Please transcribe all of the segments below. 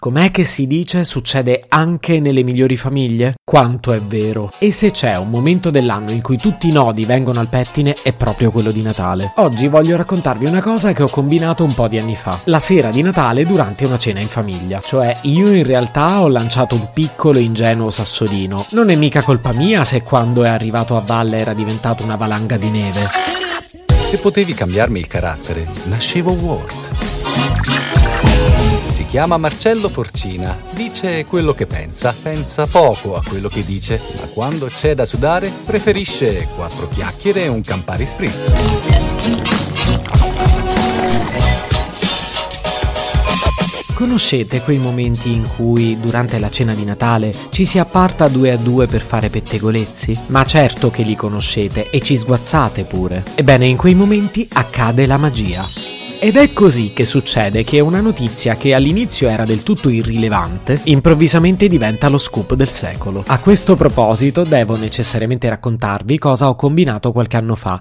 Com'è che si dice succede anche nelle migliori famiglie? Quanto è vero. E se c'è un momento dell'anno in cui tutti i nodi vengono al pettine è proprio quello di Natale. Oggi voglio raccontarvi una cosa che ho combinato un po' di anni fa, la sera di Natale durante una cena in famiglia. Cioè io in realtà ho lanciato un piccolo ingenuo sassolino. Non è mica colpa mia se quando è arrivato a valle era diventato una valanga di neve. Se potevi cambiarmi il carattere, nascevo Ward. Si chiama Marcello Forcina, dice quello che pensa poco a quello che dice, ma quando c'è da sudare preferisce 4 chiacchiere e un Campari Spritz. Conoscete quei momenti in cui, durante la cena di Natale, ci si apparta 2 a 2 per fare pettegolezzi? Ma certo che li conoscete e ci sguazzate pure. Ebbene, in quei momenti accade la magia. Ed è così che succede che una notizia che all'inizio era del tutto irrilevante, improvvisamente diventa lo scoop del secolo. A questo proposito devo necessariamente raccontarvi cosa ho combinato qualche anno fa.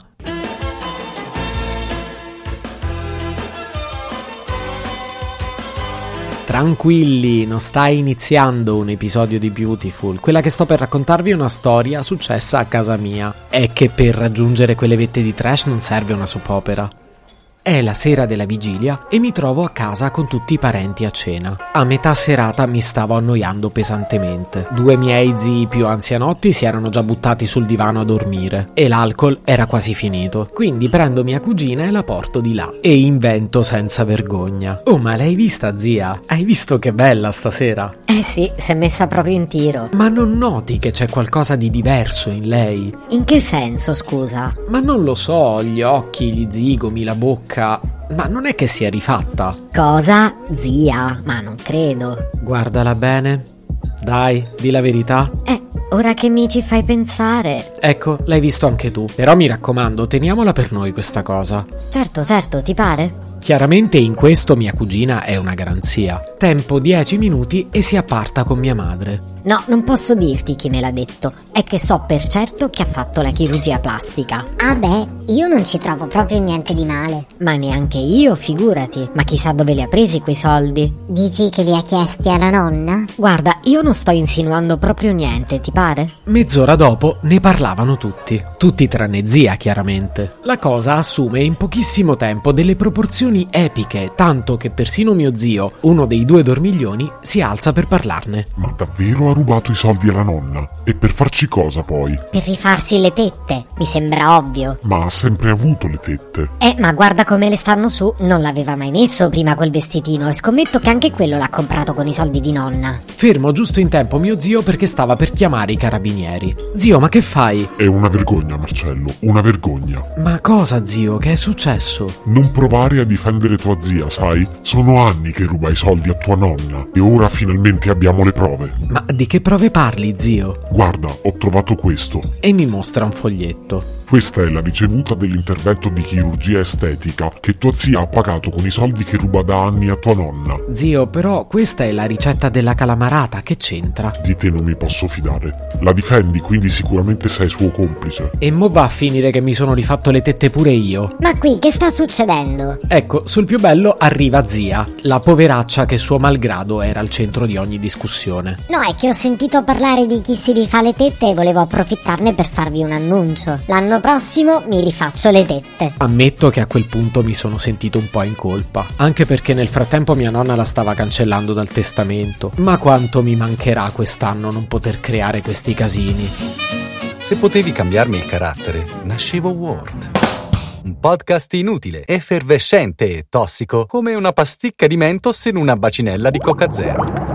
Tranquilli, non sta iniziando un episodio di Beautiful. Quella che sto per raccontarvi è una storia successa a casa mia. È che per raggiungere quelle vette di trash non serve una soap opera. È la sera della vigilia e mi trovo a casa con tutti i parenti a cena. A metà serata mi stavo annoiando pesantemente. 2 miei zii più anzianotti si erano già buttati sul divano a dormire e l'alcol era quasi finito. Quindi prendo mia cugina e la porto di là e invento senza vergogna: "Oh, ma l'hai vista, zia? Hai visto che bella stasera?" Sì, si è messa proprio in tiro. "Ma non noti che c'è qualcosa di diverso in lei?" In che senso, scusa? "Ma non lo so, gli occhi, gli zigomi, la bocca. Ma non è che si è rifatta?" Cosa? Zia? Ma non credo. "Guardala bene. Dai, di la verità." Ora che mi ci fai pensare. "Ecco, l'hai visto anche tu. Però mi raccomando, teniamola per noi questa cosa." Certo, ti pare? Chiaramente in questo mia cugina è una garanzia. Tempo 10 minuti e si apparta con mia madre. No, non posso dirti chi me l'ha detto. È che so per certo che ha fatto la chirurgia plastica. Ah beh, io non ci trovo proprio niente di male. Ma neanche io, figurati. Ma chissà dove li ha presi quei soldi. Dici che li ha chiesti alla nonna? Guarda, io non sto insinuando proprio niente, ti pare? Mezz'ora dopo ne parlavano tutti. Tutti tranne zia, chiaramente. La cosa assume in pochissimo tempo delle proporzioni epiche, tanto che persino mio zio, uno dei 2 dormiglioni, si alza per parlarne. "Ma davvero ha rubato i soldi alla nonna? E per farci cosa poi?" Per rifarsi le tette, mi sembra ovvio. "Ma ha sempre avuto le tette." Ma guarda come le stanno su. Non l'aveva mai messo prima quel vestitino e scommetto che anche quello l'ha comprato con i soldi di nonna. Fermo giusto in tempo mio zio perché stava per chiamare i carabinieri. "Zio, ma che fai?" "È una vergogna, Marcello, una vergogna." "Ma cosa, zio? Che è successo?" "Non provare a difendere tua zia, sai? Sono anni che ruba i soldi a tua nonna e ora finalmente abbiamo le prove." "Ma di che prove parli, zio?" "Guarda, ho trovato questo." E mi mostra un foglietto. "Questa è la ricevuta dell'intervento di chirurgia estetica che tua zia ha pagato con i soldi che ruba da anni a tua nonna." "Zio, però questa è la ricetta della calamarata, che c'entra?" "Di te non mi posso fidare. La difendi, quindi sicuramente sei suo complice." "E mo va a finire che mi sono rifatto le tette pure io." Ma qui che sta succedendo? Ecco, sul più bello arriva zia, la poveraccia che suo malgrado era al centro di ogni discussione. No, è che ho sentito parlare di chi si rifà le tette e volevo approfittarne per farvi un annuncio. L'anno prossimo mi rifaccio le tette. Ammetto che a quel punto mi sono sentito un po' in colpa, anche perché nel frattempo mia nonna la stava cancellando dal testamento. Ma quanto mi mancherà quest'anno non poter creare questi casini. Se potevi cambiarmi il carattere, nascevo Ward. Un podcast inutile, effervescente e tossico, come una pasticca di Mentos in una bacinella di Coca Zero.